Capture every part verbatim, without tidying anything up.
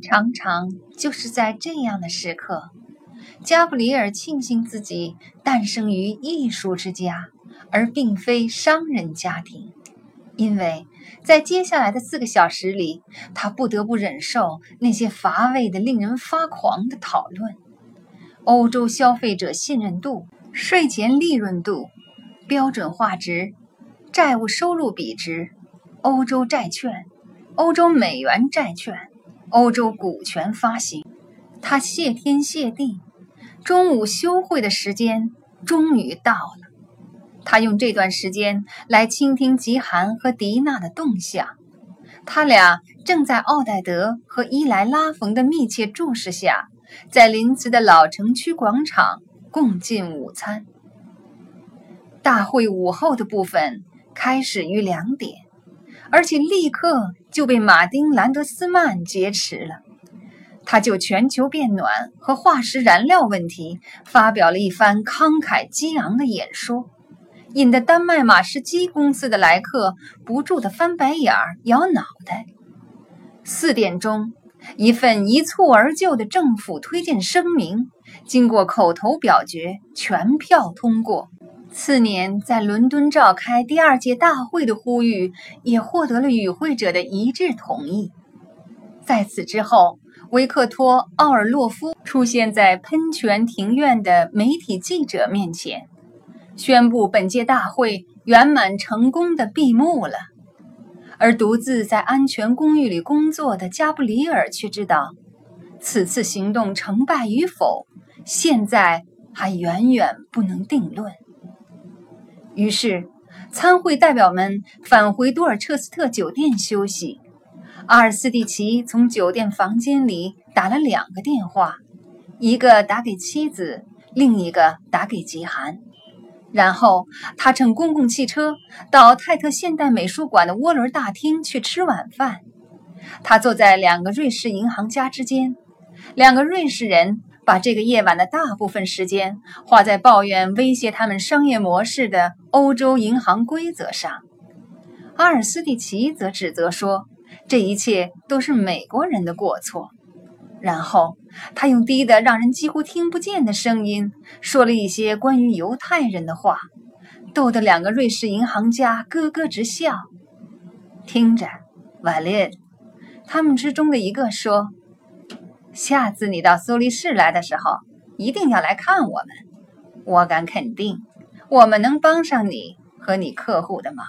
常常就是在这样的时刻，加布里尔庆幸自己诞生于艺术之家，而并非商人家庭，因为在接下来的四个小时里，他不得不忍受那些乏味的、令人发狂的讨论：欧洲消费者信任度、税前利润度、标准化值、债务收入比值、欧洲债券、欧洲美元债券、欧洲股权发行。他谢天谢地，中午休会的时间终于到了。他用这段时间来倾听吉韩和迪娜的动向，他俩正在奥黛德和伊莱拉冯的密切注视下，在林茨的老城区广场共进午餐。大会午后的部分开始于两点，而且立刻就被马丁·兰德斯曼劫持了。他就全球变暖和化石燃料问题发表了一番慷慨激昂的演说，引得丹麦马士基公司的来客不住地翻白眼儿、摇脑袋。四点钟，一份一蹴而就的政府推荐声明经过口头表决全票通过。次年在伦敦召开第二届大会的呼吁也获得了与会者的一致同意。在此之后，维克托·奥尔洛夫出现在喷泉庭院的媒体记者面前，宣布本届大会圆满成功地闭幕了。而独自在安全公寓里工作的加布里尔却知道，此次行动成败与否，现在还远远不能定论。于是，参会代表们返回多尔彻斯特酒店休息。阿尔斯蒂奇从酒店房间里打了两个电话，一个打给妻子，另一个打给吉韩。然后他乘公共汽车到泰特现代美术馆的涡轮大厅去吃晚饭。他坐在两个瑞士银行家之间，两个瑞士人把这个夜晚的大部分时间花在抱怨威胁他们商业模式的欧洲银行规则上。阿尔斯蒂奇则指责说，这一切都是美国人的过错。然后他用低的让人几乎听不见的声音说了一些关于犹太人的话，逗得两个瑞士银行家咯咯直笑。听着，瓦列，他们之中的一个说，下次你到苏黎世来的时候，一定要来看我们。我敢肯定，我们能帮上你和你客户的忙。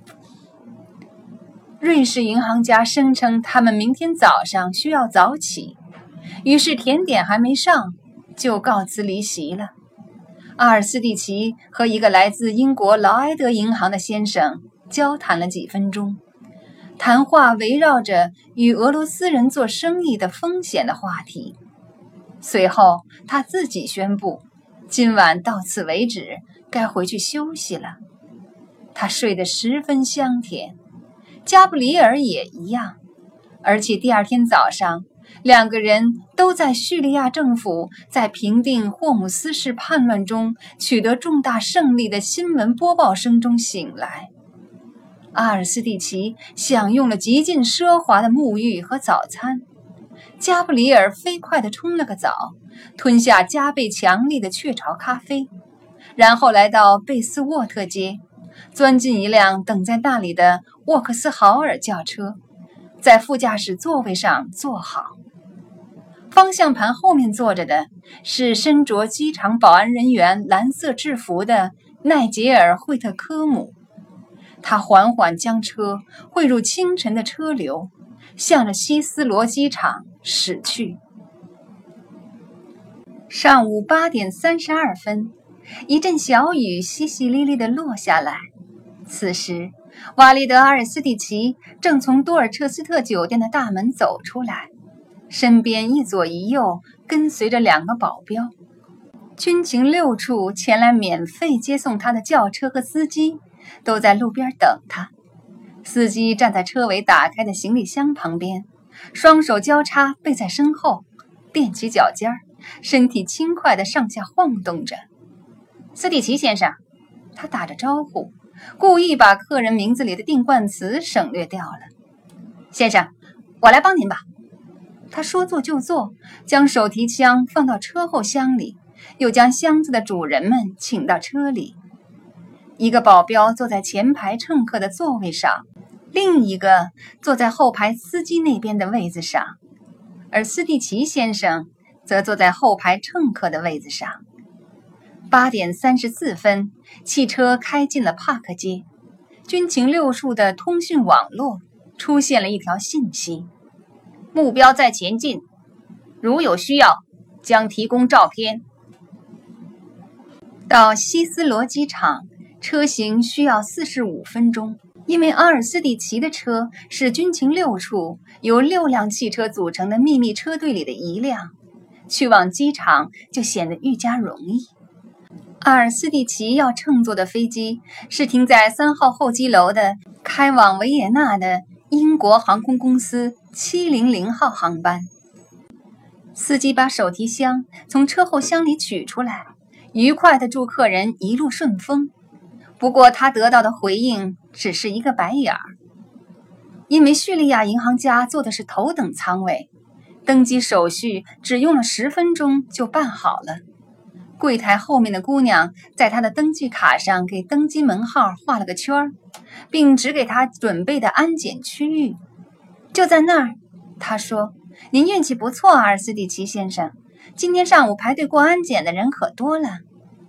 瑞士银行家声称他们明天早上需要早起，于是甜点还没上就告辞离席了。阿尔斯蒂奇和一个来自英国劳埃德银行的先生交谈了几分钟，谈话围绕着与俄罗斯人做生意的风险的话题。随后他自己宣布，今晚到此为止，该回去休息了。他睡得十分香甜，加布里尔也一样，而且第二天早上，两个人都在叙利亚政府在平定霍姆斯市叛乱中取得重大胜利的新闻播报声中醒来。阿尔斯蒂奇享用了极尽奢华的沐浴和早餐，加布里尔飞快地冲了个澡，吞下加倍强力的雀巢咖啡，然后来到贝斯沃特街，钻进一辆等在那里的沃克斯豪尔轿车，在副驾驶座位上坐好。方向盘后面坐着的是身着机场保安人员蓝色制服的奈杰尔·惠特科姆。他缓缓将车汇入清晨的车流，向着希斯罗机场驶去。上午八点三十二分，一阵小雨淅淅沥沥地落下来。此时，瓦利德·阿尔斯蒂奇正从多尔彻斯特酒店的大门走出来，身边一左一右跟随着两个保镖。军情六处前来免费接送他的轿车和司机都在路边等他。司机站在车尾打开的行李箱旁边，双手交叉背在身后，踮起脚尖儿，身体轻快地上下晃动着。斯蒂奇先生，他打着招呼，故意把客人名字里的定冠词省略掉了。先生，我来帮您吧。 他说做就做，将手提箱放到车后箱里，又将箱子的主人们请到车里。一个保镖坐在前排乘客的座位上，另一个坐在后排司机那边的位子上，而斯蒂奇先生则坐在后排乘客的位子上。八点三十四分，汽车开进了帕克街，军情六处的通讯网络出现了一条信息：目标在前进，如有需要，将提供照片。到希斯罗机场车行需要四十五分钟，因为阿尔斯蒂奇的车是军情六处由六辆汽车组成的秘密车队里的一辆，去往机场就显得愈加容易。阿尔斯蒂奇要乘坐的飞机是停在三号候机楼的开往维也纳的英国航空公司七零零号航班。司机把手提箱从车后箱里取出来，愉快地祝客人一路顺风。不过他得到的回应只是一个白眼儿，因为叙利亚银行家坐的是头等舱位，登机手续只用了十分钟就办好了。柜台后面的姑娘在他的登记卡上给登机门号画了个圈，并指给他准备的安检区域。就在那儿，他说：“您运气不错，阿尔斯蒂奇先生，今天上午排队过安检的人可多了。”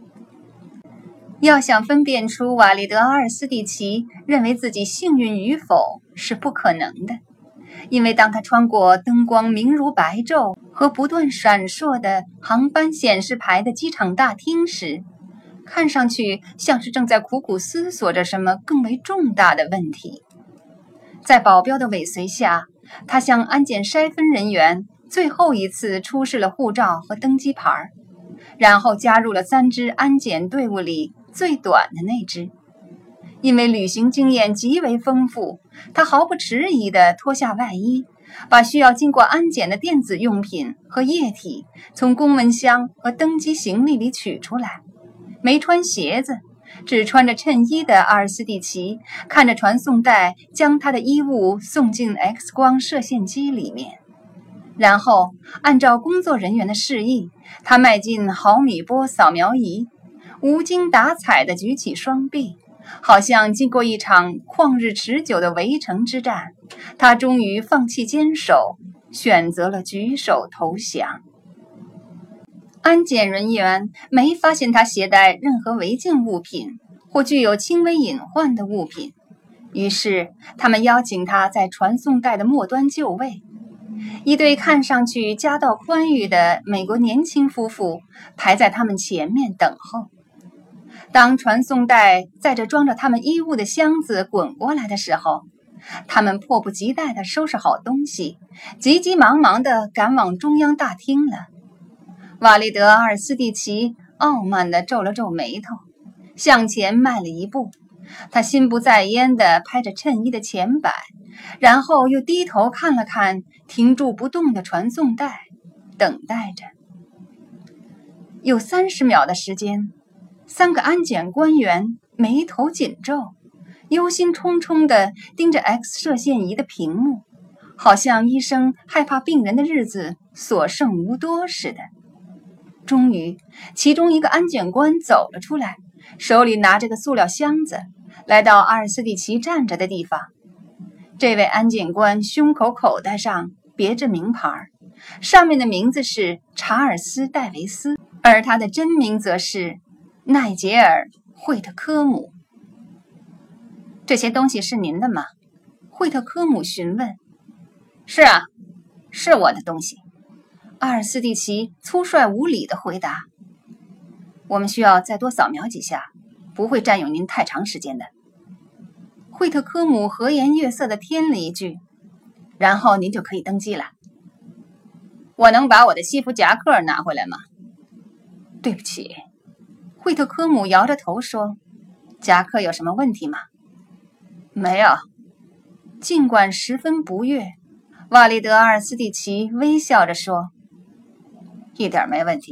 要想分辨出瓦利德·阿尔斯蒂奇认为自己幸运与否是不可能的，因为当他穿过灯光明如白昼和不断闪烁的航班显示牌的机场大厅时，看上去像是正在苦苦思索着什么更为重大的问题。在保镖的尾随下，他向安检筛分人员最后一次出示了护照和登机牌，然后加入了三支安检队伍里最短的那支。因为旅行经验极为丰富，他毫不迟疑地脱下外衣，把需要经过安检的电子用品和液体从公文箱和登机行李里取出来。没穿鞋子，只穿着衬衣的阿尔斯蒂奇看着传送带将他的衣物送进 X 光射线机里面，然后按照工作人员的示意，他迈进毫米波扫描仪，无精打采地举起双臂，好像经过一场旷日持久的围城之战，他终于放弃坚守，选择了举手投降。安检人员没发现他携带任何违禁物品或具有轻微隐患的物品，于是他们邀请他在传送带的末端就位。一对看上去家道宽裕的美国年轻夫妇排在他们前面等候。当传送带载着装着他们衣物的箱子滚过来的时候，他们迫不及待地收拾好东西，急急忙忙地赶往中央大厅了。瓦利德·阿尔斯蒂奇傲慢地皱了皱眉头，向前迈了一步。他心不在焉地拍着衬衣的前摆，然后又低头看了看停住不动的传送带，等待着。有三十秒的时间，三个安检官员眉头紧皱，忧心忡忡地盯着 X 射线仪的屏幕，好像医生害怕病人的日子所剩无多似的。终于，其中一个安检官走了出来，手里拿着个塑料箱子，来到阿尔斯蒂奇站着的地方。这位安检官胸口口袋上别着名牌，上面的名字是查尔斯·戴维斯，而他的真名则是奈杰尔·惠特科姆。这些东西是您的吗？惠特科姆询问。是啊，是我的东西。阿尔斯蒂奇粗率无礼地回答。我们需要再多扫描几下，不会占用您太长时间的。惠特科姆和颜悦色地添了一句，然后您就可以登机了。我能把我的西服夹克拿回来吗？对不起。惠特科姆摇着头说，夹克有什么问题吗？没有。尽管十分不悦，瓦利德·阿尔斯蒂奇微笑着说，一点没问题。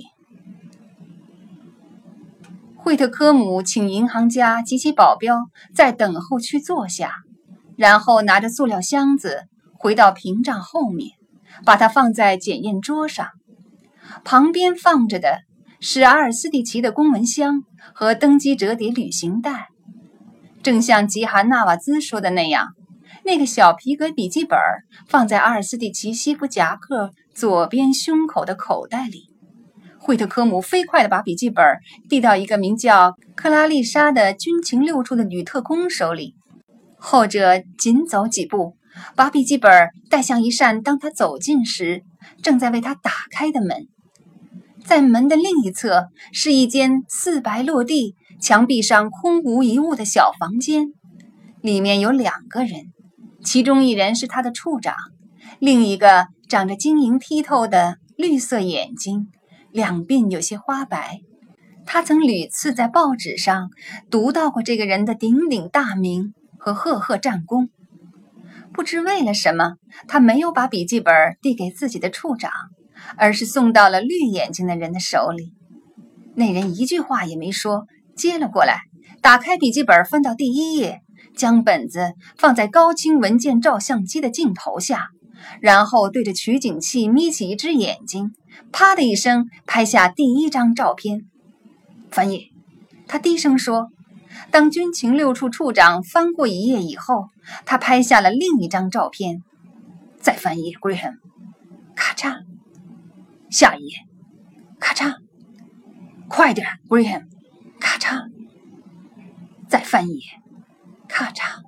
惠特科姆请银行家及其保镖在等候区坐下，然后拿着塑料箱子回到屏障后面， 把它放在检验桌上。旁边放着的是阿尔斯蒂奇的公文箱和登机折叠旅行袋。正像吉韩纳瓦兹说的那样，那个小皮革笔记本放在阿尔斯蒂奇西服夹克左边胸口的口袋里。惠特科姆飞快地把笔记本递到一个名叫克拉丽莎的军情六处的女特工手里，后者紧走几步，把笔记本带向一扇当他走近时正在为他打开的门。在门的另一侧是一间四白落地、墙壁上空无一物的小房间，里面有两个人，其中一人是他的处长，另一个长着晶莹剔透的绿色眼睛，两鬓有些花白。他曾屡次在报纸上读到过这个人的鼎鼎大名和赫赫战功。不知为了什么，他没有把笔记本递给自己的处长，而是送到了绿眼睛的人的手里。那人一句话也没说，接了过来，打开笔记本，翻到第一页，将本子放在高清文件照相机的镜头下，然后对着取景器眯起一只眼睛，啪的一声拍下第一张照片。翻页，他低声说。当军情六处处长翻过一页以后，他拍下了另一张照片。再翻页 Graham， 咔嚓，下一页，咔嚓，快点 Graham， 咔嚓，再翻页，咔嚓。